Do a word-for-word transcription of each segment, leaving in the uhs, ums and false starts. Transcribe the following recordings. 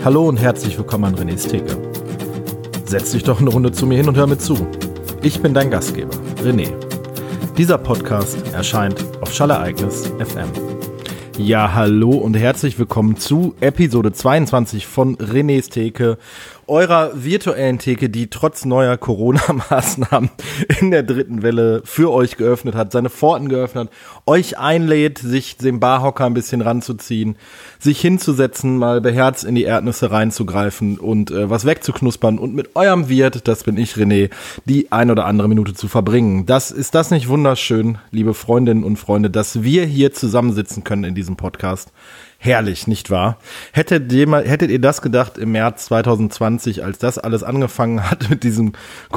Hallo und herzlich willkommen an Renés Theke. Setz dich doch eine Runde zu mir hin und hör mir zu. Ich bin dein Gastgeber, René. Dieser Podcast erscheint auf Schallereignis F M. Ja, hallo und herzlich willkommen zu Episode zweiundzwanzig von Renés Theke, eurer virtuellen Theke, die trotz neuer Corona-Maßnahmen in der dritten Welle für euch geöffnet hat, seine Pforten geöffnet hat, euch einlädt, sich den Barhocker ein bisschen ranzuziehen, sich hinzusetzen, mal beherzt in die Erdnüsse reinzugreifen und äh, was wegzuknuspern und mit eurem Wirt, das bin ich, René, die ein oder andere Minute zu verbringen. Das ist das nicht wunderschön, liebe Freundinnen und Freunde, dass wir hier zusammensitzen können in diesem Podcast. Herrlich, nicht wahr? Hättet ihr, mal, hättet ihr das gedacht im März zwanzig zwanzig, als das alles angefangen hat mit diesem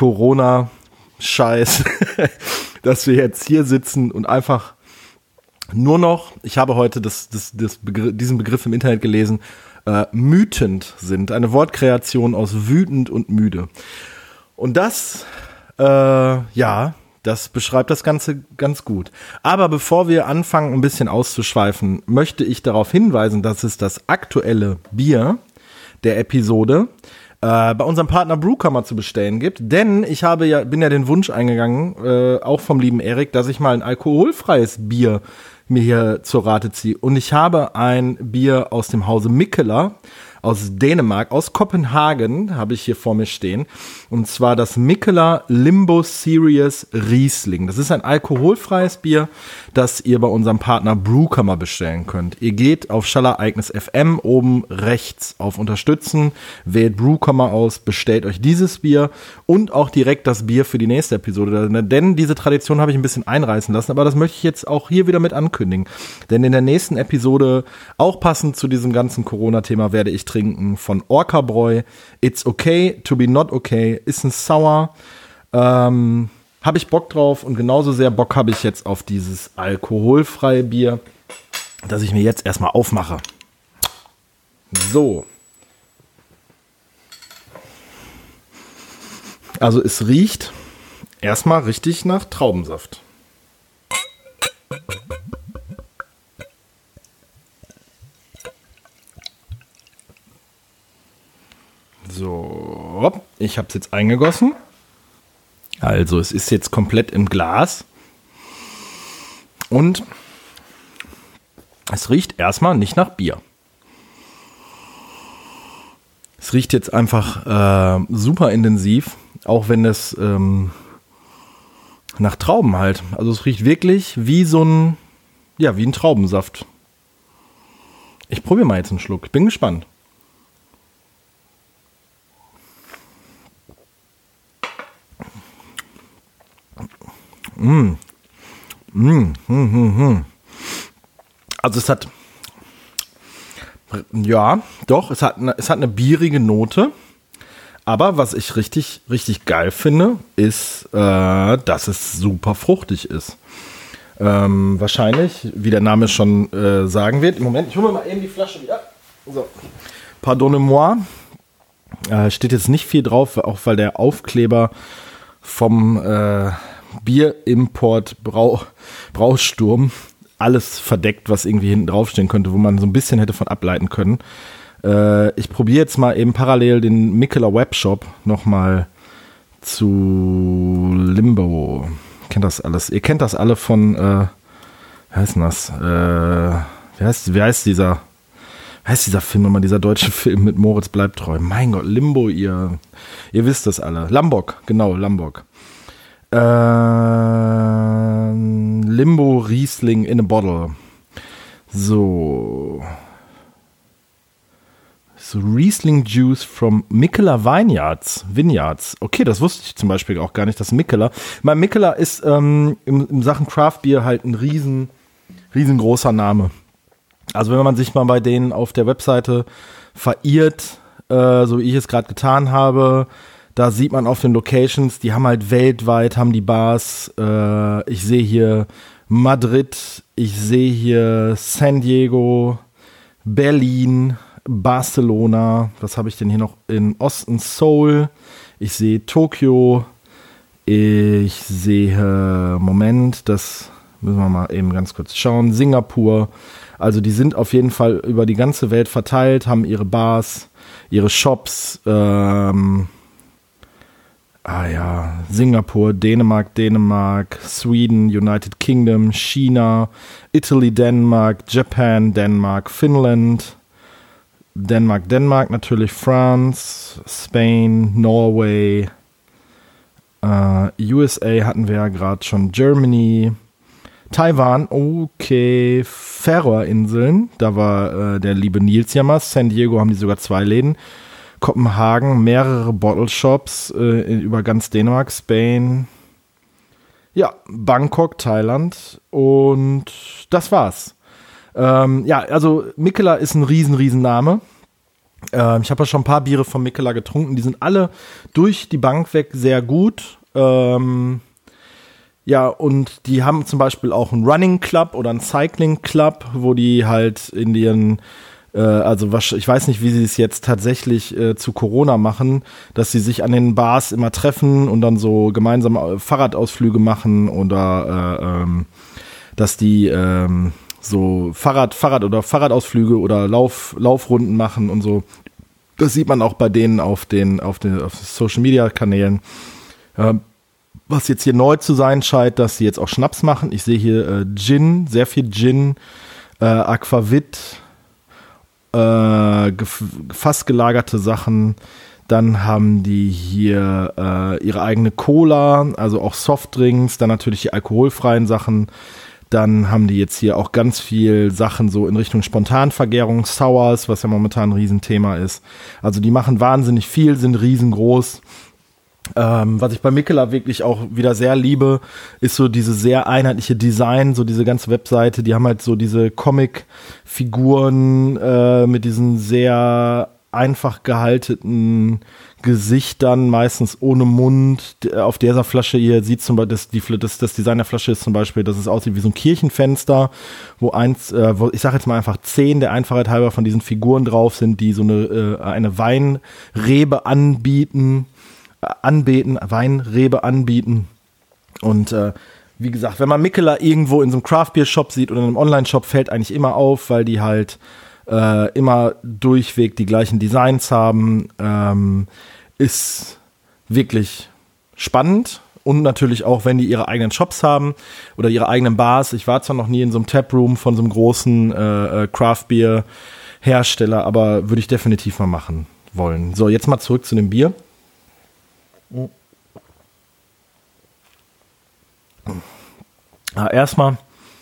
Corona-Scheiß, dass wir jetzt hier sitzen und einfach nur noch, ich habe heute das, das, das Begr- diesen Begriff im Internet gelesen, äh, mütend sind. Eine Wortkreation aus wütend und müde. Und das, äh, ja... Das beschreibt das Ganze ganz gut. Aber bevor wir anfangen, ein bisschen auszuschweifen, möchte ich darauf hinweisen, dass es das aktuelle Bier der Episode äh, bei unserem Partner Brewkammer zu bestellen gibt. Denn ich habe ja, bin ja den Wunsch eingegangen, äh, auch vom lieben Erik, dass ich mal ein alkoholfreies Bier mir hier zur Rate ziehe. Und ich habe ein Bier aus dem Hause Mikkeller aus Dänemark, aus Kopenhagen, habe ich hier vor mir stehen. Und zwar das Mikkeller Limbo Series Riesling. Das ist ein alkoholfreies Bier, das ihr bei unserem Partner Brewkammer bestellen könnt. Ihr geht auf Schallereignis F M oben rechts auf Unterstützen, wählt Brewkammer aus, bestellt euch dieses Bier und auch direkt das Bier für die nächste Episode. Denn diese Tradition habe ich ein bisschen einreißen lassen, aber das möchte ich jetzt auch hier wieder mit ankündigen. Denn in der nächsten Episode, auch passend zu diesem ganzen Corona-Thema, werde ich trinken von Orca Bräu. It's okay to be not okay. Ist ein Sour. Ähm, habe ich Bock drauf und genauso sehr Bock habe ich jetzt auf dieses alkoholfreie Bier, das ich mir jetzt erstmal aufmache. So. Also es riecht erstmal richtig nach Traubensaft. So, ich habe es jetzt eingegossen. Also es ist jetzt komplett im Glas. Und es riecht erstmal nicht nach Bier. Es riecht jetzt einfach äh, super intensiv, auch wenn es ähm, nach Trauben halt. Also es riecht wirklich wie so ein, ja, wie ein Traubensaft. Ich probiere mal jetzt einen Schluck. Ich bin gespannt. Mm. Mm, mm, mm, mm. Also es hat, ja, doch, es hat, eine, es hat eine bierige Note, aber was ich richtig, richtig geil finde, ist, äh, dass es super fruchtig ist. Ähm, wahrscheinlich, wie der Name schon äh, sagen wird. Im Moment, ich hole mir mal eben die Flasche wieder. So, pardonnez-moi. Äh, steht jetzt nicht viel drauf, auch weil der Aufkleber vom äh, Bierimport Brau, Brausturm alles verdeckt, was irgendwie hinten draufstehen könnte, wo man so ein bisschen hätte von ableiten können. Äh, ich probiere jetzt mal eben parallel den Mikkeller Webshop nochmal zu Limbo. Kennt das alles? Ihr kennt das alle von, äh, wie heißt denn das? Äh, wie heißt, wie heißt dieser, wie heißt dieser Film nochmal, dieser deutsche Film mit Moritz bleibt treu? Mein Gott, Limbo, ihr, ihr wisst das alle. Lambok, genau, Lambok. Äh, Limbo Riesling in a Bottle. So. So Riesling Juice from Mikkeller Vineyards. Vineyards. Okay, das wusste ich zum Beispiel auch gar nicht, dass Mikkeller. Mein Mikkeller ist ähm, im, im Sachen Craft Beer halt ein riesen, riesengroßer Name. Also wenn man sich mal bei denen auf der Webseite verirrt, äh, so wie ich es gerade getan habe, da sieht man auf den Locations, die haben halt weltweit, haben die Bars, äh, ich sehe hier Madrid, ich sehe hier San Diego, Berlin, Barcelona, was habe ich denn hier noch in Osten, Seoul, ich sehe Tokio, ich sehe, Moment, das müssen wir mal eben ganz kurz schauen. Singapur, also die sind auf jeden Fall über die ganze Welt verteilt, haben ihre Bars, ihre Shops, ähm, ah ja, Singapur, Dänemark, Dänemark, Sweden, United Kingdom, China, Italy, Dänemark, Japan, Dänemark, Finnland, Dänemark, Dänemark natürlich, France, Spain, Norway, äh, U S A hatten wir ja gerade schon, Germany, Taiwan, okay, Färöerinseln, da war äh, der liebe Nils Jammers, San Diego haben die sogar zwei Läden, Kopenhagen, mehrere Bottle Shops äh, über ganz Dänemark, Spain, ja, Bangkok, Thailand und das war's. Ähm, ja, also Mikkeller ist ein riesen, riesen Name. Ähm, ich habe ja schon ein paar Biere von Mikkeller getrunken, die sind alle durch die Bank weg sehr gut. Ähm, ja, und die haben zum Beispiel auch einen Running Club oder einen Cycling Club, wo die halt in ihren also was, ich weiß nicht, wie sie es jetzt tatsächlich äh, zu Corona machen, dass sie sich an den Bars immer treffen und dann so gemeinsam Fahrradausflüge machen oder äh, ähm, dass die ähm, so Fahrrad, Fahrrad oder Fahrradausflüge oder Lauf, Laufrunden machen und so. Das sieht man auch bei denen auf den, auf den, auf den Social Media Kanälen. Ähm, was jetzt hier neu zu sein scheint, dass sie jetzt auch Schnaps machen. Ich sehe hier äh, Gin, sehr viel Gin, äh, Aquavit, Äh, fast gelagerte Sachen, dann haben die hier äh, ihre eigene Cola, also auch Softdrinks, dann natürlich die alkoholfreien Sachen, dann haben die jetzt hier auch ganz viel Sachen so in Richtung Spontanvergärung, Sours, was ja momentan ein Riesenthema ist, also die machen wahnsinnig viel, sind riesengroß. Ähm, was ich bei Mikkeller wirklich auch wieder sehr liebe, ist so diese sehr einheitliche Design, so diese ganze Webseite, die haben halt so diese Comic-Figuren äh, mit diesen sehr einfach gehaltenen Gesichtern, meistens ohne Mund. Auf dieser Flasche hier sieht zum Beispiel, das, die, das, das Design der Flasche ist zum Beispiel, dass es aussieht wie so ein Kirchenfenster, wo eins, äh, wo, ich sage jetzt mal einfach zehn der Einfachheit halber von diesen Figuren drauf sind, die so eine, äh, eine Weinrebe anbieten. anbeten, Weinrebe anbieten und äh, wie gesagt, wenn man Mikkeller irgendwo in so einem Craft-Beer-Shop sieht oder in einem Online-Shop, fällt eigentlich immer auf, weil die halt äh, immer durchweg die gleichen Designs haben, ähm, ist wirklich spannend und natürlich auch, wenn die ihre eigenen Shops haben oder ihre eigenen Bars. Ich war zwar noch nie in so einem Taproom von so einem großen äh, Craft-Beer-Hersteller, aber würde ich definitiv mal machen wollen. So, jetzt mal zurück zu dem Bier. Ja, erstmal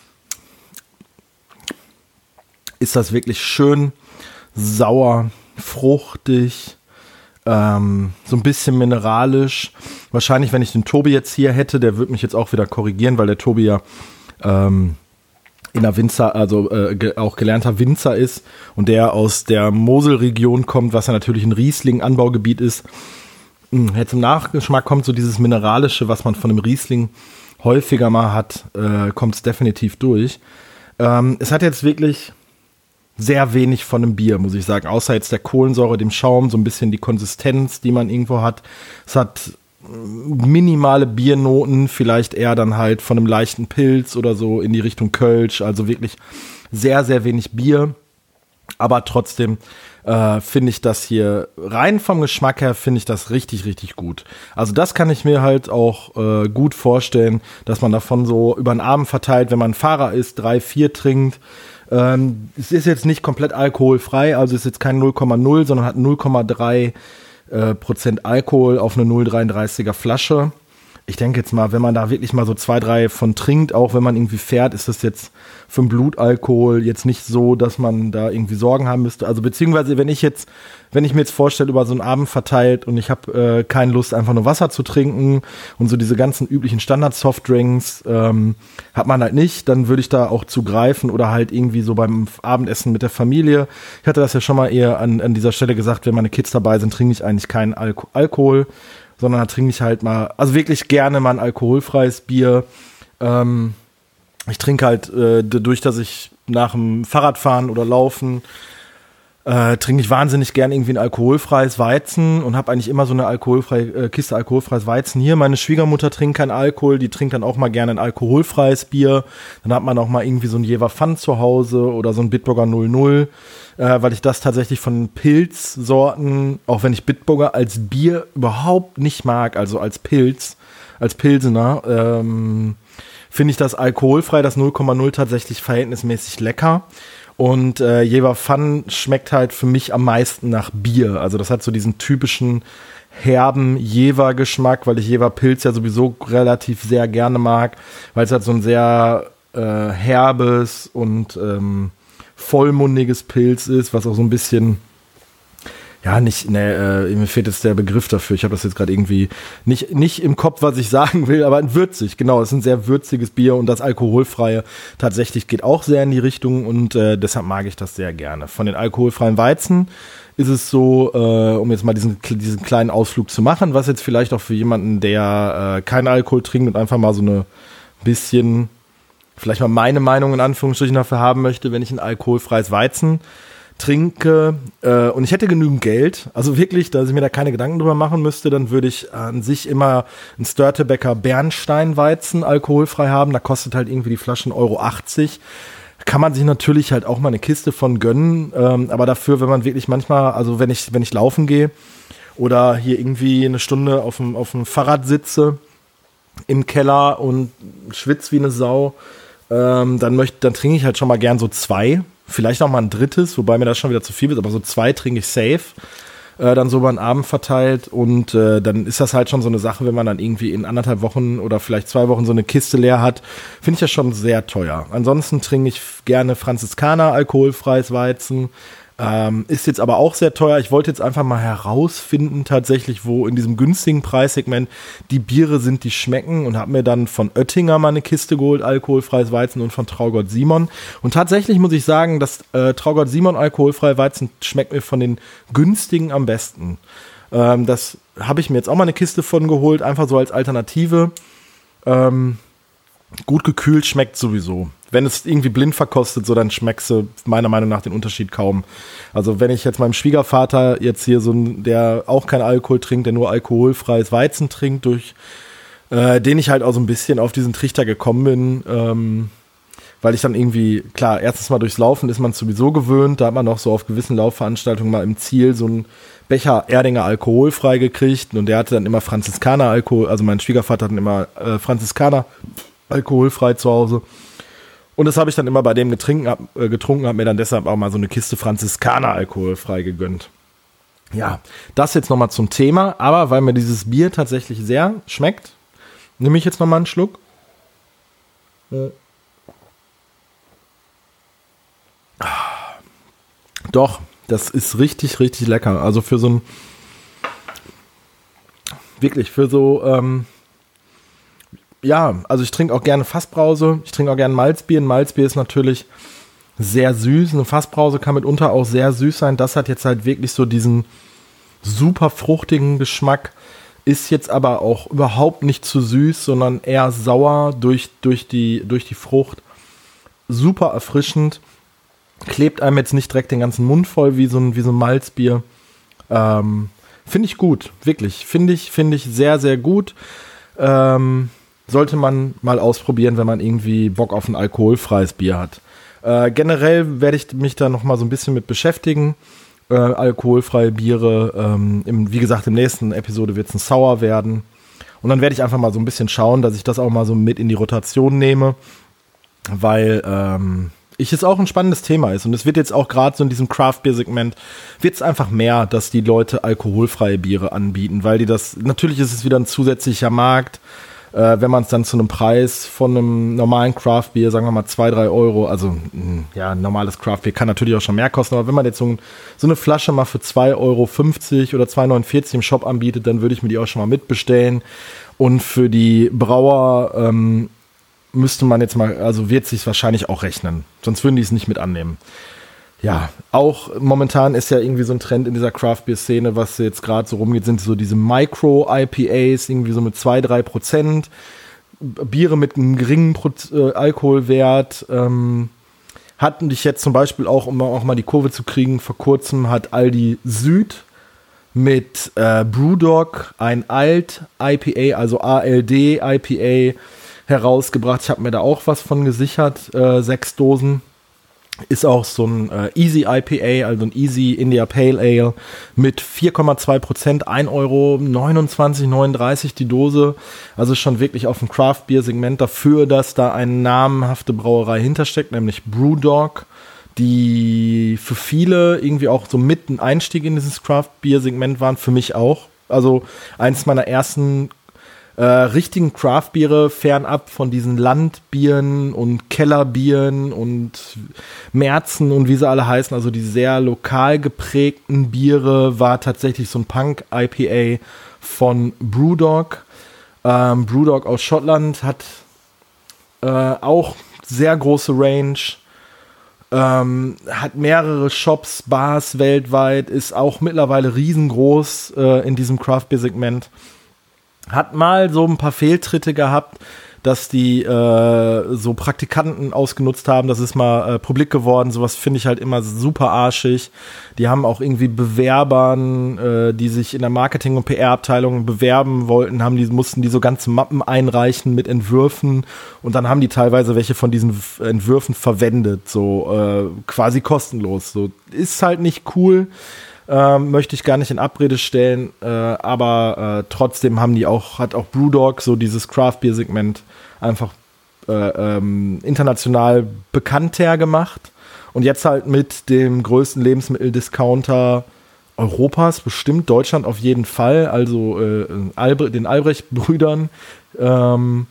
ist das wirklich schön sauer, fruchtig, ähm, so ein bisschen mineralisch. Wahrscheinlich, wenn ich den Tobi jetzt hier hätte, der würde mich jetzt auch wieder korrigieren, weil der Tobi ja ähm, in der Winzer, also äh, ge- auch gelernter Winzer ist und der aus der Moselregion kommt, was ja natürlich ein Riesling-Anbaugebiet ist. Jetzt im Nachgeschmack kommt so dieses Mineralische, was man von dem Riesling häufiger mal hat, äh, kommt es definitiv durch. Ähm, es hat jetzt wirklich sehr wenig von einem Bier, muss ich sagen, außer jetzt der Kohlensäure, dem Schaum, so ein bisschen die Konsistenz, die man irgendwo hat. Es hat minimale Biernoten, vielleicht eher dann halt von einem leichten Pilz oder so in die Richtung Kölsch, also wirklich sehr, sehr wenig Bier. Aber trotzdem äh, finde ich das hier, rein vom Geschmack her, finde ich das richtig, richtig gut. Also das kann ich mir halt auch äh, gut vorstellen, dass man davon so über den Abend verteilt, wenn man Fahrer ist, drei, vier trinkt. Ähm, es ist jetzt nicht komplett alkoholfrei, also es ist jetzt kein null Komma null, sondern hat null Komma drei äh, Prozent Alkohol auf eine null Komma dreiunddreißiger Flasche. Ich denke jetzt mal, wenn man da wirklich mal so zwei, drei von trinkt, auch wenn man irgendwie fährt, ist das jetzt für den Blutalkohol jetzt nicht so, dass man da irgendwie Sorgen haben müsste. Also beziehungsweise, wenn ich jetzt, wenn ich mir jetzt vorstelle, über so einen Abend verteilt und ich habe äh, keine Lust, einfach nur Wasser zu trinken und so diese ganzen üblichen Standard-Softdrinks ähm, hat man halt nicht, dann würde ich da auch zugreifen oder halt irgendwie so beim Abendessen mit der Familie. Ich hatte das ja schon mal eher an, an dieser Stelle gesagt, wenn meine Kids dabei sind, trinke ich eigentlich keinen Alko- Alkohol. sondern da trinke ich halt mal, also wirklich gerne mal ein alkoholfreies Bier. Ähm, ich trinke halt äh, dadurch, dass ich nach dem Fahrradfahren oder Laufen Äh, trinke ich wahnsinnig gern irgendwie ein alkoholfreies Weizen und habe eigentlich immer so eine alkoholfreie äh, Kiste alkoholfreies Weizen hier. Meine Schwiegermutter trinkt keinen Alkohol, die trinkt dann auch mal gerne ein alkoholfreies Bier. Dann hat man auch mal irgendwie so ein Jever Pfand zu Hause oder so ein Bitburger null null, äh, weil ich das tatsächlich von Pilzsorten, auch wenn ich Bitburger als Bier überhaupt nicht mag, also als Pilz, als Pilsener, ähm, finde ich das alkoholfrei, das null Komma null tatsächlich verhältnismäßig lecker. Und äh, Jever Pfand schmeckt halt für mich am meisten nach Bier. Also das hat so diesen typischen herben Jever-Geschmack, weil ich Jever Pilz ja sowieso relativ sehr gerne mag, weil es halt so ein sehr äh, herbes und ähm, vollmundiges Pilz ist, was auch so ein bisschen, ja, nicht, ne, äh, mir fehlt jetzt der Begriff dafür. Ich habe das jetzt gerade irgendwie nicht, nicht im Kopf, was ich sagen will, aber würzig, genau. Es ist ein sehr würziges Bier und das alkoholfreie tatsächlich geht auch sehr in die Richtung und äh, deshalb mag ich das sehr gerne. Von den alkoholfreien Weizen ist es so, äh, um jetzt mal diesen, diesen kleinen Ausflug zu machen, was jetzt vielleicht auch für jemanden, der äh, keinen Alkohol trinkt und einfach mal so eine bisschen, vielleicht mal meine Meinung in Anführungsstrichen dafür haben möchte, wenn ich ein alkoholfreies Weizen trinke äh, und ich hätte genügend Geld, also wirklich, dass ich mir da keine Gedanken drüber machen müsste, dann würde ich an sich immer ein Störtebeker Bernsteinweizen alkoholfrei haben, da kostet halt irgendwie die Flasche eins Euro achtzig. Kann man sich natürlich halt auch mal eine Kiste von gönnen, ähm, aber dafür, wenn man wirklich manchmal, also wenn ich wenn ich laufen gehe oder hier irgendwie eine Stunde auf dem auf dem Fahrrad sitze im Keller und schwitze wie eine Sau, ähm, dann möchte dann trinke ich halt schon mal gern so zwei. Vielleicht auch mal ein drittes, wobei mir das schon wieder zu viel wird, aber so zwei trinke ich safe, äh, dann so über den Abend verteilt und äh, dann ist das halt schon so eine Sache, wenn man dann irgendwie in anderthalb Wochen oder vielleicht zwei Wochen so eine Kiste leer hat, finde ich das schon sehr teuer. Ansonsten trinke ich gerne Franziskaner, alkoholfreies Weizen, ähm, ist jetzt aber auch sehr teuer. Ich wollte jetzt einfach mal herausfinden tatsächlich, wo in diesem günstigen Preissegment die Biere sind, die schmecken und habe mir dann von Oettinger mal eine Kiste geholt, alkoholfreies Weizen und von Traugott Simon. Und tatsächlich muss ich sagen, dass äh, Traugott Simon alkoholfreie Weizen schmeckt mir von den günstigen am besten. Ähm, das habe ich mir jetzt auch mal eine Kiste von geholt, einfach so als Alternative. Ähm, gut gekühlt schmeckt sowieso. Wenn es irgendwie blind verkostet, so dann schmeckst du meiner Meinung nach den Unterschied kaum. Also wenn ich jetzt meinem Schwiegervater jetzt hier so ein, der auch kein Alkohol trinkt, der nur alkoholfreies Weizen trinkt, durch äh, den ich halt auch so ein bisschen auf diesen Trichter gekommen bin, ähm, weil ich dann irgendwie, klar, erstens mal durchs Laufen ist man sowieso gewöhnt, da hat man auch so auf gewissen Laufveranstaltungen mal im Ziel so einen Becher Erdinger alkoholfrei gekriegt und der hatte dann immer Franziskaner Alkohol, also mein Schwiegervater hat dann immer äh, Franziskaner alkoholfrei zu Hause. Und das habe ich dann immer bei dem getrunken, hab, äh, getrunken, habe mir dann deshalb auch mal so eine Kiste Franziskaner alkoholfrei gegönnt. Ja, das jetzt nochmal zum Thema, aber weil mir dieses Bier tatsächlich sehr schmeckt, nehme ich jetzt nochmal einen Schluck. Äh. Doch, das ist richtig, richtig lecker. Also für so ein, wirklich für so, ähm, ja, also ich trinke auch gerne Fassbrause, ich trinke auch gerne Malzbier. Ein Malzbier ist natürlich sehr süß. Eine Fassbrause kann mitunter auch sehr süß sein. Das hat jetzt halt wirklich so diesen super fruchtigen Geschmack, ist jetzt aber auch überhaupt nicht zu süß, sondern eher sauer durch, durch, die, durch die Frucht. Super erfrischend. Klebt einem jetzt nicht direkt den ganzen Mund voll wie so ein, wie so ein Malzbier. Ähm, finde ich gut, wirklich. Finde ich, finde ich sehr, sehr gut. Ähm, sollte man mal ausprobieren, wenn man irgendwie Bock auf ein alkoholfreies Bier hat. Äh, generell werde ich mich da noch mal so ein bisschen mit beschäftigen. Äh, alkoholfreie Biere. Ähm, im, wie gesagt, im nächsten Episode wird es ein Sour werden. Und dann werde ich einfach mal so ein bisschen schauen, dass ich das auch mal so mit in die Rotation nehme. Weil ähm, ich es auch ein spannendes Thema ist. Und es wird jetzt auch gerade so in diesem Craft-Bier-Segment wird es einfach mehr, dass die Leute alkoholfreie Biere anbieten. Weil die das, natürlich ist es wieder ein zusätzlicher Markt. Äh, wenn man es dann zu einem Preis von einem normalen Craft-Bier, sagen wir mal zwei, drei Euro, also mh, ja, ein normales Craft-Bier kann natürlich auch schon mehr kosten, aber wenn man jetzt so, ein, so eine Flasche mal für zwei Euro fünfzig oder zwei Euro neunundvierzig im Shop anbietet, dann würde ich mir die auch schon mal mitbestellen. Und für die Brauer ähm, müsste man jetzt mal, also wird sich wahrscheinlich auch rechnen, sonst würden die es nicht mit annehmen. Ja, auch momentan ist ja irgendwie so ein Trend in dieser Craft-Bier-Szene, was jetzt gerade so rumgeht, sind so diese Micro-I P As, irgendwie so mit zwei, drei Prozent. Biere mit einem geringen Pro- äh, Alkoholwert. Ähm, hatten dich jetzt zum Beispiel auch, um auch mal die Kurve zu kriegen, vor kurzem hat Aldi Süd mit äh, Brewdog ein Alt-I P A, also A L D-I P A herausgebracht. Ich habe mir da auch was von gesichert, äh, sechs Dosen. Ist auch so ein äh, Easy I P A, also ein Easy India Pale Ale mit vier Komma zwei Prozent, ein Euro neunundzwanzig neununddreißig die Dose. Also schon wirklich auf dem Craft-Bier-Segment dafür, dass da eine namenhafte Brauerei hintersteckt, nämlich Brewdog, die für viele irgendwie auch so mit ein Einstieg in dieses Craft-Bier-Segment waren, für mich auch. Also eins meiner ersten äh, richtigen Craft-Biere, fernab von diesen Landbieren und Kellerbieren und Märzen und wie sie alle heißen, also die sehr lokal geprägten Biere, war tatsächlich so ein Punk-I P A von Brewdog. Ähm, Brewdog aus Schottland hat äh, auch sehr große Range, Ähm, hat mehrere Shops, Bars weltweit, ist auch mittlerweile riesengroß äh, in diesem Craft-Bier-Segment. Hat mal so ein paar Fehltritte gehabt, dass die äh, so Praktikanten ausgenutzt haben. Das ist mal äh, publik geworden. Sowas finde ich halt immer super arschig. Die haben auch irgendwie Bewerbern, äh, die sich in der Marketing- und P R-Abteilung bewerben wollten, haben die, mussten die so ganze Mappen einreichen mit Entwürfen und dann haben die teilweise welche von diesen Entwürfen verwendet, so äh, quasi kostenlos. So ist halt nicht cool. Ähm, möchte ich gar nicht in Abrede stellen, äh, aber äh, trotzdem haben die auch, hat auch Brewdog so dieses Craft-Bier-Segment einfach äh, ähm, international bekannter gemacht und jetzt halt mit dem größten Lebensmitteldiscounter Europas, bestimmt Deutschland auf jeden Fall, also äh, Albre- den Albrecht-Brüdern, ähm,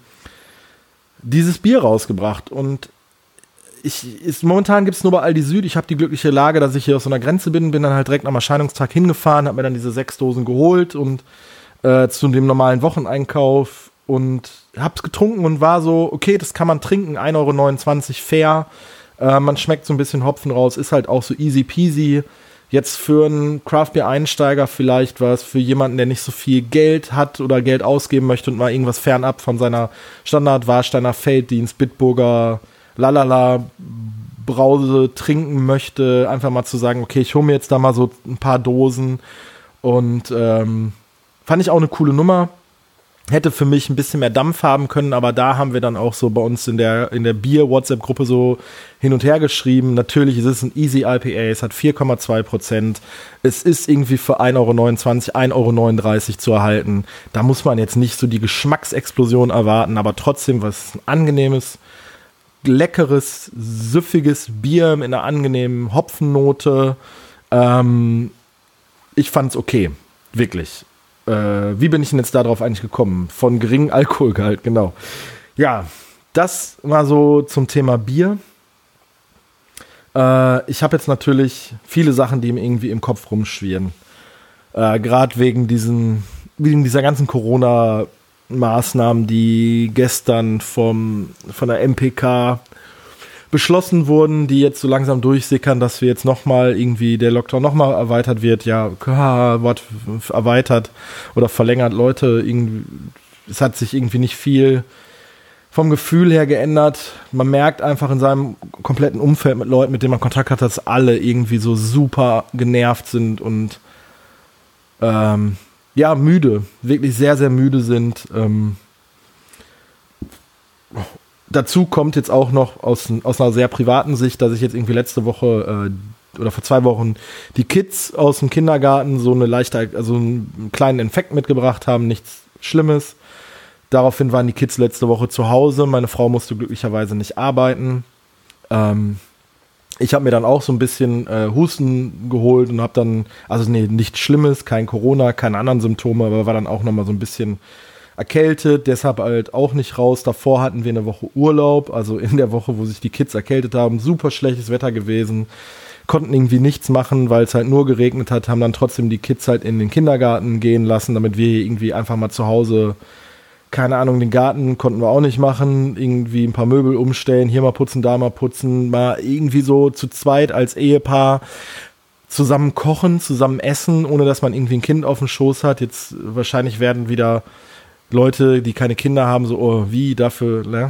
dieses Bier rausgebracht und Ich, ist, momentan gibt es nur bei Aldi Süd. Ich habe die glückliche Lage, dass ich hier aus so einer Grenze bin, bin dann halt direkt am Erscheinungstag hingefahren, habe mir dann diese sechs Dosen geholt und äh, zu dem normalen Wocheneinkauf und hab's getrunken und war so, okay, das kann man trinken, ein Euro neunundzwanzig fair, äh, man schmeckt so ein bisschen Hopfen raus, ist halt auch so easy peasy. Jetzt für einen Craft-Bier-Einsteiger vielleicht was, für jemanden, der nicht so viel Geld hat oder Geld ausgeben möchte und mal irgendwas fernab von seiner Standard-Warsteiner Felddienst, Bitburger, Lalala Brause trinken möchte, einfach mal zu sagen, okay, ich hole mir jetzt da mal so ein paar Dosen und ähm, fand ich auch eine coole Nummer. Hätte für mich ein bisschen mehr Dampf haben können, aber da haben wir dann auch so bei uns in der in der Bier-WhatsApp-Gruppe so hin und her geschrieben. Natürlich ist es ein Easy I P A, es hat vier Komma zwei Prozent. Es ist irgendwie für ein Euro neunundzwanzig, ein Euro neununddreißig zu erhalten. Da muss man jetzt nicht so die Geschmacksexplosion erwarten, aber trotzdem was angenehmes, leckeres, süffiges Bier mit einer angenehmen Hopfennote. Ähm, ich fand's okay, wirklich. Äh, wie bin ich denn jetzt darauf eigentlich gekommen? Von geringem Alkoholgehalt, genau. Ja, das war so zum Thema Bier. Äh, ich habe jetzt natürlich viele Sachen, die mir irgendwie im Kopf rumschwirren. Äh, Gerade wegen diesen, wegen dieser ganzen Corona- Maßnahmen, die gestern vom, von der M P K beschlossen wurden, die jetzt so langsam durchsickern, dass wir jetzt nochmal irgendwie der Lockdown nochmal erweitert wird. Ja, Wort erweitert oder verlängert. Leute, irgendwie, es hat sich irgendwie nicht viel vom Gefühl her geändert. Man merkt einfach in seinem kompletten Umfeld mit Leuten, mit denen man Kontakt hat, dass alle irgendwie so super genervt sind und ähm, ja, müde, wirklich sehr, sehr müde sind. Ähm, dazu kommt jetzt auch noch aus, aus einer sehr privaten Sicht, dass ich jetzt irgendwie letzte Woche äh, oder vor zwei Wochen die Kids aus dem Kindergarten so eine leichte, also einen kleinen Infekt mitgebracht haben, nichts Schlimmes. Daraufhin waren die Kids letzte Woche zu Hause. Meine Frau musste glücklicherweise nicht arbeiten. Ähm, Ich habe mir dann auch so ein bisschen äh, Husten geholt und habe dann, also nee, nichts Schlimmes, kein Corona, keine anderen Symptome, aber war dann auch nochmal so ein bisschen erkältet, deshalb halt auch nicht raus. Davor hatten wir eine Woche Urlaub, also in der Woche, wo sich die Kids erkältet haben, super schlechtes Wetter gewesen, konnten irgendwie nichts machen, weil es halt nur geregnet hat, haben dann trotzdem die Kids halt in den Kindergarten gehen lassen, damit wir irgendwie einfach mal zu Hause, keine Ahnung, den Garten konnten wir auch nicht machen, irgendwie ein paar Möbel umstellen, hier mal putzen, da mal putzen, mal irgendwie so zu zweit als Ehepaar zusammen kochen, zusammen essen, ohne dass man irgendwie ein Kind auf dem Schoß hat. Jetzt wahrscheinlich werden wieder Leute, die keine Kinder haben, so, oh, wie, dafür, ne?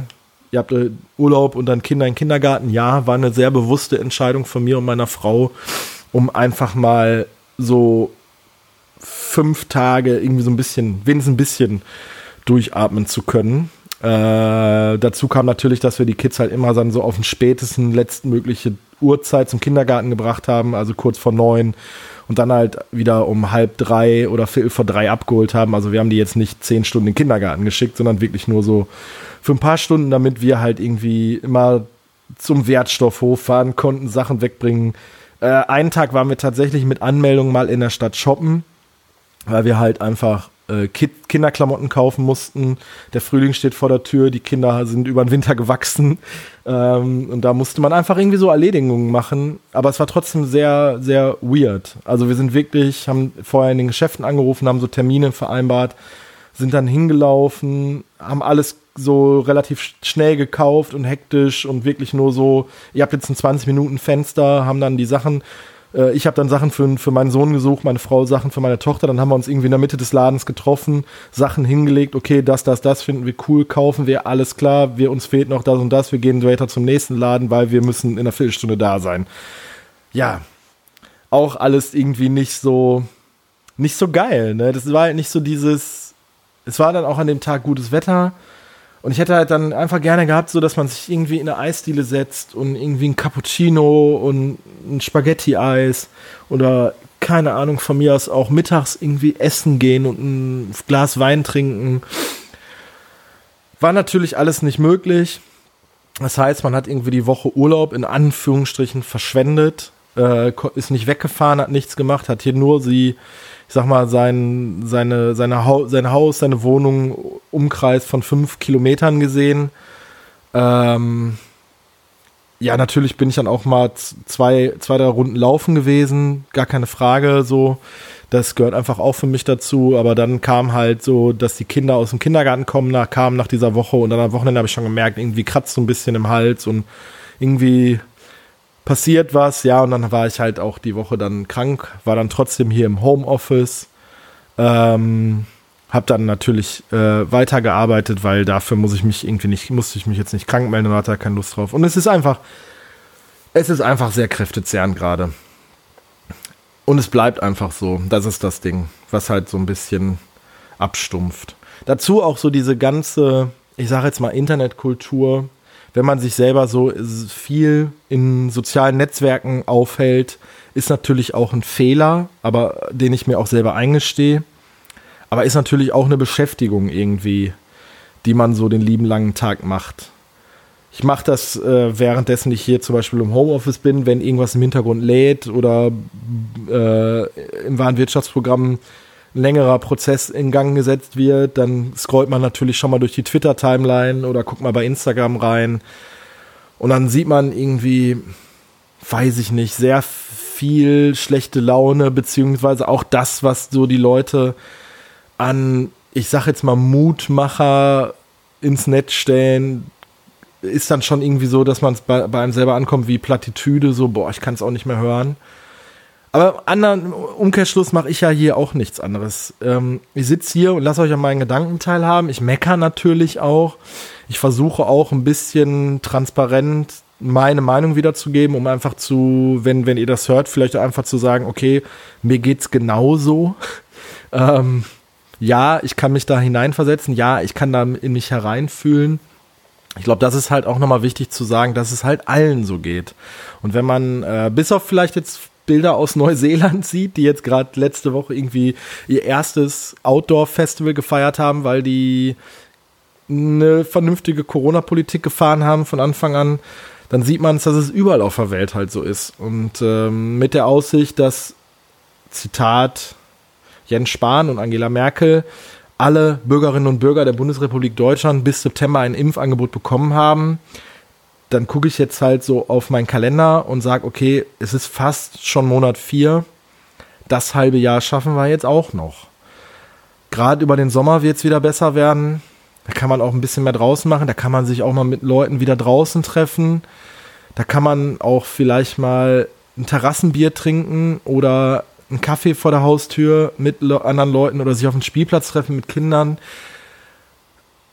ihr habt Urlaub und dann Kinder in den Kindergarten. Ja, war eine sehr bewusste Entscheidung von mir und meiner Frau, um einfach mal so fünf Tage irgendwie so ein bisschen, wenigstens ein bisschen durchatmen zu können. Äh, dazu kam natürlich, dass wir die Kids halt immer dann so auf den spätesten, letztmögliche Uhrzeit zum Kindergarten gebracht haben, also kurz vor neun und dann halt wieder um halb drei oder viertel vor drei abgeholt haben. Also wir haben die jetzt nicht zehn Stunden in den Kindergarten geschickt, sondern wirklich nur so für ein paar Stunden, damit wir halt irgendwie immer zum Wertstoffhof fahren konnten, Sachen wegbringen. Äh, einen Tag waren wir tatsächlich mit Anmeldung mal in der Stadt shoppen, weil wir halt einfach äh, Kid- Kinderklamotten kaufen mussten. Der Frühling steht vor der Tür, die Kinder sind über den Winter gewachsen. Ähm, und da musste man einfach irgendwie so Erledigungen machen. Aber es war trotzdem sehr, sehr weird. Also wir sind wirklich, haben vorher in den Geschäften angerufen, haben so Termine vereinbart, sind dann hingelaufen, haben alles so relativ schnell gekauft und hektisch und wirklich nur so, ihr habt jetzt ein zwanzig Minuten Fenster, haben dann die Sachen, äh, ich habe dann Sachen für, für meinen Sohn gesucht, meine Frau Sachen für meine Tochter, dann haben wir uns irgendwie in der Mitte des Ladens getroffen, Sachen hingelegt, okay, das, das, das finden wir cool, kaufen wir, alles klar, wir, uns fehlt noch das und das, wir gehen weiter zum nächsten Laden, weil wir müssen in einer Viertelstunde da sein. Ja, auch alles irgendwie nicht so, nicht so geil, ne, das war halt nicht so dieses, es war dann auch an dem Tag gutes Wetter. Und ich hätte halt dann einfach gerne gehabt, so dass man sich irgendwie in eine Eisdiele setzt und irgendwie ein Cappuccino und ein Spaghetti-Eis oder keine Ahnung, von mir aus auch mittags irgendwie essen gehen und ein Glas Wein trinken. War natürlich alles nicht möglich. Das heißt, man hat irgendwie die Woche Urlaub in Anführungsstrichen verschwendet, äh, ist nicht weggefahren, hat nichts gemacht, hat hier nur sie, ich sag mal, sein, seine, seine ha- sein Haus, seine Wohnung, Umkreis von fünf Kilometern gesehen. Ähm, ja, natürlich bin ich dann auch mal zwei, zwei, drei Runden laufen gewesen, gar keine Frage, so. Das gehört einfach auch für mich dazu, aber dann kam halt so, dass die Kinder aus dem Kindergarten kommen, nach, kamen nach dieser Woche und dann am Wochenende habe ich schon gemerkt, irgendwie kratzt so ein bisschen im Hals und irgendwie passiert was, ja, und dann war ich halt auch die Woche dann krank, war dann trotzdem hier im Homeoffice, ähm, hab dann natürlich äh, weitergearbeitet, weil dafür muss ich mich irgendwie nicht, musste ich mich jetzt nicht krank melden und hatte da keine Lust drauf. Und es ist einfach, es ist einfach sehr kräftezehrend gerade. Und es bleibt einfach so, das ist das Ding, was halt so ein bisschen abstumpft. Dazu auch so diese ganze, ich sage jetzt mal Internetkultur, wenn man sich selber so viel in sozialen Netzwerken aufhält, ist natürlich auch ein Fehler, aber den ich mir auch selber eingestehe. Aber ist natürlich auch eine Beschäftigung irgendwie, die man so den lieben langen Tag macht. Ich mache das, äh, währenddessen ich hier zum Beispiel im Homeoffice bin, wenn irgendwas im Hintergrund lädt oder äh, im Warenwirtschaftsprogramm ein längerer Prozess in Gang gesetzt wird, dann scrollt man natürlich schon mal durch die Twitter-Timeline oder guckt mal bei Instagram rein und dann sieht man irgendwie, weiß ich nicht, sehr viel schlechte Laune, beziehungsweise auch das, was so die Leute an, ich sag jetzt mal, Mutmacher ins Netz stellen, ist dann schon irgendwie so, dass man es bei, bei einem selber ankommt wie Plattitüde, so, boah, ich kann es auch nicht mehr hören. Aber anderen Umkehrschluss mache ich ja hier auch nichts anderes. Ähm, ich sitze hier und lasse euch an meinen Gedanken teilhaben. Ich meckere natürlich auch. Ich versuche auch ein bisschen transparent meine Meinung wiederzugeben, um einfach zu, wenn, wenn ihr das hört, vielleicht einfach zu sagen, okay, mir geht's genauso. ähm, ja, ich kann mich da hineinversetzen. Ja, ich kann da in mich hereinfühlen. Ich glaube, das ist halt auch nochmal wichtig zu sagen, dass es halt allen so geht. Und wenn man, äh, bis auf vielleicht jetzt Bilder aus Neuseeland sieht, die jetzt gerade letzte Woche irgendwie ihr erstes Outdoor-Festival gefeiert haben, weil die eine vernünftige Corona-Politik gefahren haben von Anfang an, dann sieht man, dass es überall auf der Welt halt so ist. Und ähm, mit der Aussicht, dass, Zitat, Jens Spahn und Angela Merkel alle Bürgerinnen und Bürger der Bundesrepublik Deutschland bis September ein Impfangebot bekommen haben, dann gucke ich jetzt halt so auf meinen Kalender und sage, okay, es ist fast schon Monat vier, das halbe Jahr schaffen wir jetzt auch noch. Gerade über den Sommer wird es wieder besser werden, da kann man auch ein bisschen mehr draußen machen, da kann man sich auch mal mit Leuten wieder draußen treffen, da kann man auch vielleicht mal ein Terrassenbier trinken oder einen Kaffee vor der Haustür mit le- anderen Leuten oder sich auf den Spielplatz treffen mit Kindern.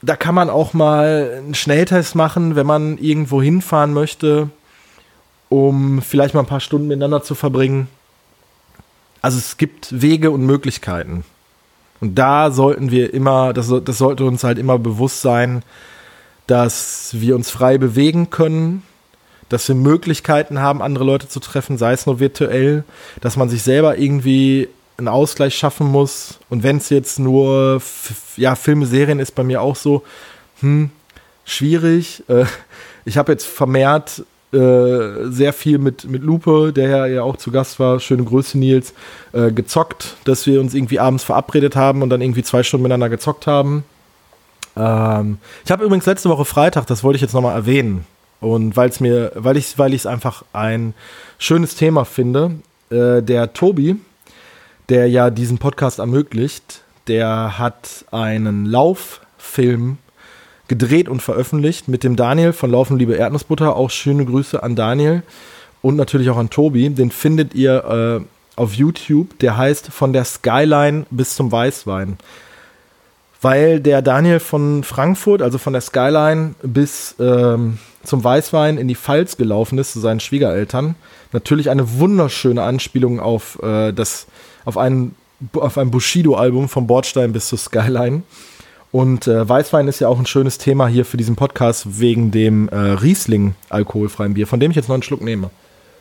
da kann man auch mal einen Schnelltest machen, wenn man irgendwo hinfahren möchte, um vielleicht mal ein paar Stunden miteinander zu verbringen. Also es gibt Wege und Möglichkeiten. Und da sollten wir immer, das, das sollte uns halt immer bewusst sein, dass wir uns frei bewegen können, dass wir Möglichkeiten haben, andere Leute zu treffen, sei es nur virtuell, dass man sich selber irgendwie einen Ausgleich schaffen muss. Und wenn es jetzt nur f- ja, Filme, Serien ist, bei mir auch so, hm, schwierig. Äh, ich habe jetzt vermehrt äh, sehr viel mit, mit Lupe, der ja auch zu Gast war, schöne Grüße Nils, äh, gezockt, dass wir uns irgendwie abends verabredet haben und dann irgendwie zwei Stunden miteinander gezockt haben. Ähm, ich habe übrigens letzte Woche Freitag, das wollte ich jetzt nochmal erwähnen. Und weil's mir, weil ich weil ich es einfach ein schönes Thema finde, äh, der Tobi, der ja diesen Podcast ermöglicht, der hat einen Lauffilm gedreht und veröffentlicht mit dem Daniel von Laufen Liebe Erdnussbutter. Auch schöne Grüße an Daniel und natürlich auch an Tobi. Den findet ihr äh, auf YouTube. Der heißt Von der Skyline bis zum Weißwein. Weil der Daniel von Frankfurt, also von der Skyline bis ähm, zum Weißwein in die Pfalz gelaufen ist, zu seinen Schwiegereltern. Natürlich eine wunderschöne Anspielung auf äh, das, auf ein, auf ein Bushido-Album vom Bordstein bis zur Skyline. Und äh, Weißwein ist ja auch ein schönes Thema hier für diesen Podcast wegen dem äh, Riesling alkoholfreien Bier, von dem ich jetzt noch einen Schluck nehme.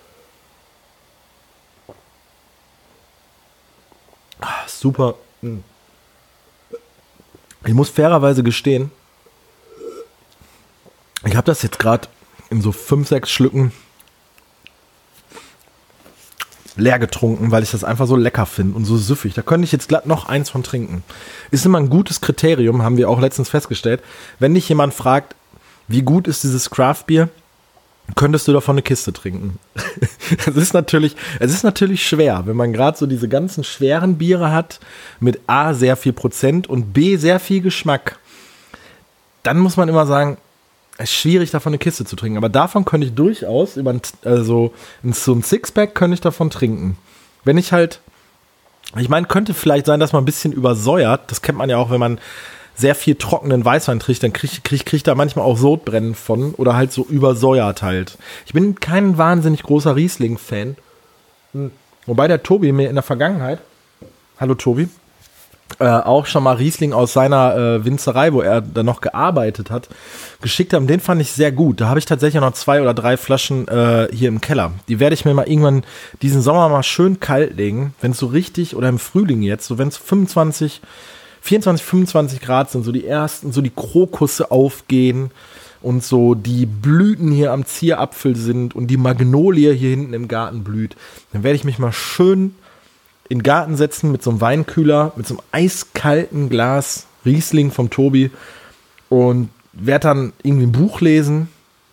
Ah, super. Ich muss fairerweise gestehen, ich habe das jetzt gerade in so fünf, sechs Schlücken leer getrunken, weil ich das einfach so lecker finde und so süffig. Da könnte ich jetzt glatt noch eins von trinken. Ist immer ein gutes Kriterium, haben wir auch letztens festgestellt. Wenn dich jemand fragt, wie gut ist dieses Craft-Bier, könntest du davon eine Kiste trinken. Es ist natürlich, es ist natürlich schwer, wenn man gerade so diese ganzen schweren Biere hat, mit A sehr viel Prozent und B sehr viel Geschmack. Dann muss man immer sagen, es ist schwierig, davon eine Kiste zu trinken. Aber davon könnte ich durchaus, über ein, also so ein Sixpack könnte ich davon trinken. Wenn ich halt, ich meine, könnte vielleicht sein, dass man ein bisschen übersäuert. Das kennt man ja auch, wenn man sehr viel trockenen Weißwein trinkt, dann kriegt krieg, krieg da manchmal auch Sodbrennen von oder halt so übersäuert halt. Ich bin kein wahnsinnig großer Riesling-Fan. Wobei der Tobi mir in der Vergangenheit, hallo Tobi, äh, auch schon mal Riesling aus seiner äh, Winzerei, wo er dann noch gearbeitet hat, geschickt hat. Und den fand ich sehr gut. Da habe ich tatsächlich noch zwei oder drei Flaschen äh, hier im Keller. Die werde ich mir mal irgendwann diesen Sommer mal schön kalt legen, wenn es so richtig, oder im Frühling jetzt, so wenn es fünfundzwanzig, vierundzwanzig, fünfundzwanzig Grad sind, so die ersten, so die Krokusse aufgehen und so die Blüten hier am Zierapfel sind und die Magnolie hier hinten im Garten blüht, dann werde ich mich mal schön in den Garten setzen mit so einem Weinkühler, mit so einem eiskalten Glas Riesling vom Tobi und werde dann irgendwie ein Buch lesen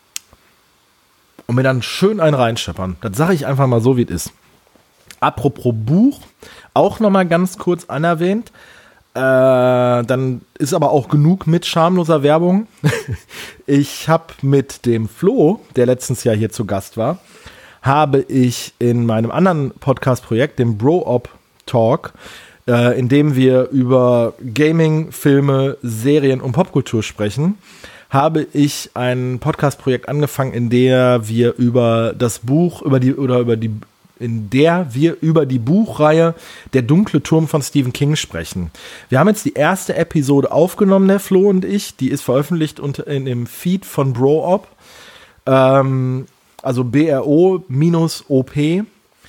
und mir dann schön einen reinscheppern. Das sage ich einfach mal so, wie es ist. Apropos Buch, auch nochmal ganz kurz anerwähnt, Äh, dann ist aber auch genug mit schamloser Werbung. Ich habe mit dem Flo, der letztens ja hier zu Gast war, habe ich in meinem anderen Podcast-Projekt, dem Bro-Op Talk, äh, in dem wir über Gaming, Filme, Serien und Popkultur sprechen, habe ich ein Podcast-Projekt angefangen, in der wir über das Buch, über die oder über die in der wir über die Buchreihe Der dunkle Turm von Stephen King sprechen. Wir haben jetzt die erste Episode aufgenommen, der Flo und ich. Die ist veröffentlicht unter, in dem Feed von Bro-Op. Ähm, also B R O O P.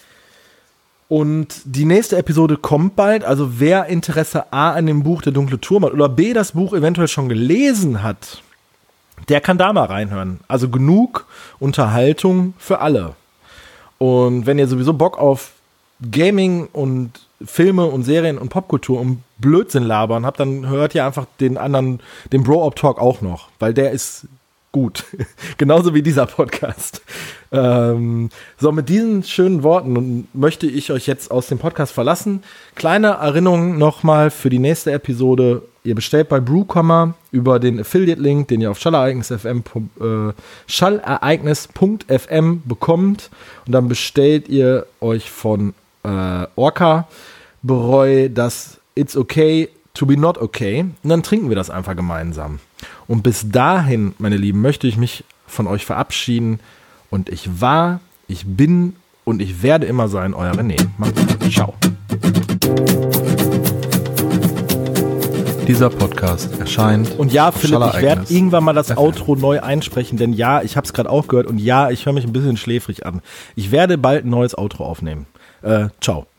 Und die nächste Episode kommt bald. Also wer Interesse A an dem Buch Der dunkle Turm hat oder B das Buch eventuell schon gelesen hat, der kann da mal reinhören. Also genug Unterhaltung für alle. Und wenn ihr sowieso Bock auf Gaming und Filme und Serien und Popkultur und Blödsinn labern habt, dann hört ihr einfach den anderen, den Bro-Op Talk auch noch, weil der ist gut. Genauso wie dieser Podcast. Ähm, so, mit diesen schönen Worten möchte ich euch jetzt aus dem Podcast verlassen. Kleine Erinnerung nochmal für die nächste Episode. Ihr bestellt bei Brewkomma über den Affiliate-Link, den ihr auf schallereignis Punkt f m, äh, schallereignis Punkt f m bekommt. Und dann bestellt ihr euch von äh, Orca Bräu das It's Okay To be not okay. Und dann trinken wir das einfach gemeinsam. Und bis dahin, meine Lieben, möchte ich mich von euch verabschieden. Und ich war, ich bin und ich werde immer sein, euer René. Macht's gut. Ciao. Dieser Podcast erscheint. Und ja, Philipp, ich werde irgendwann mal das Outro neu einsprechen, denn ja, ich habe es gerade auch gehört und ja, ich höre mich ein bisschen schläfrig an. Ich werde bald ein neues Outro aufnehmen. Äh, ciao.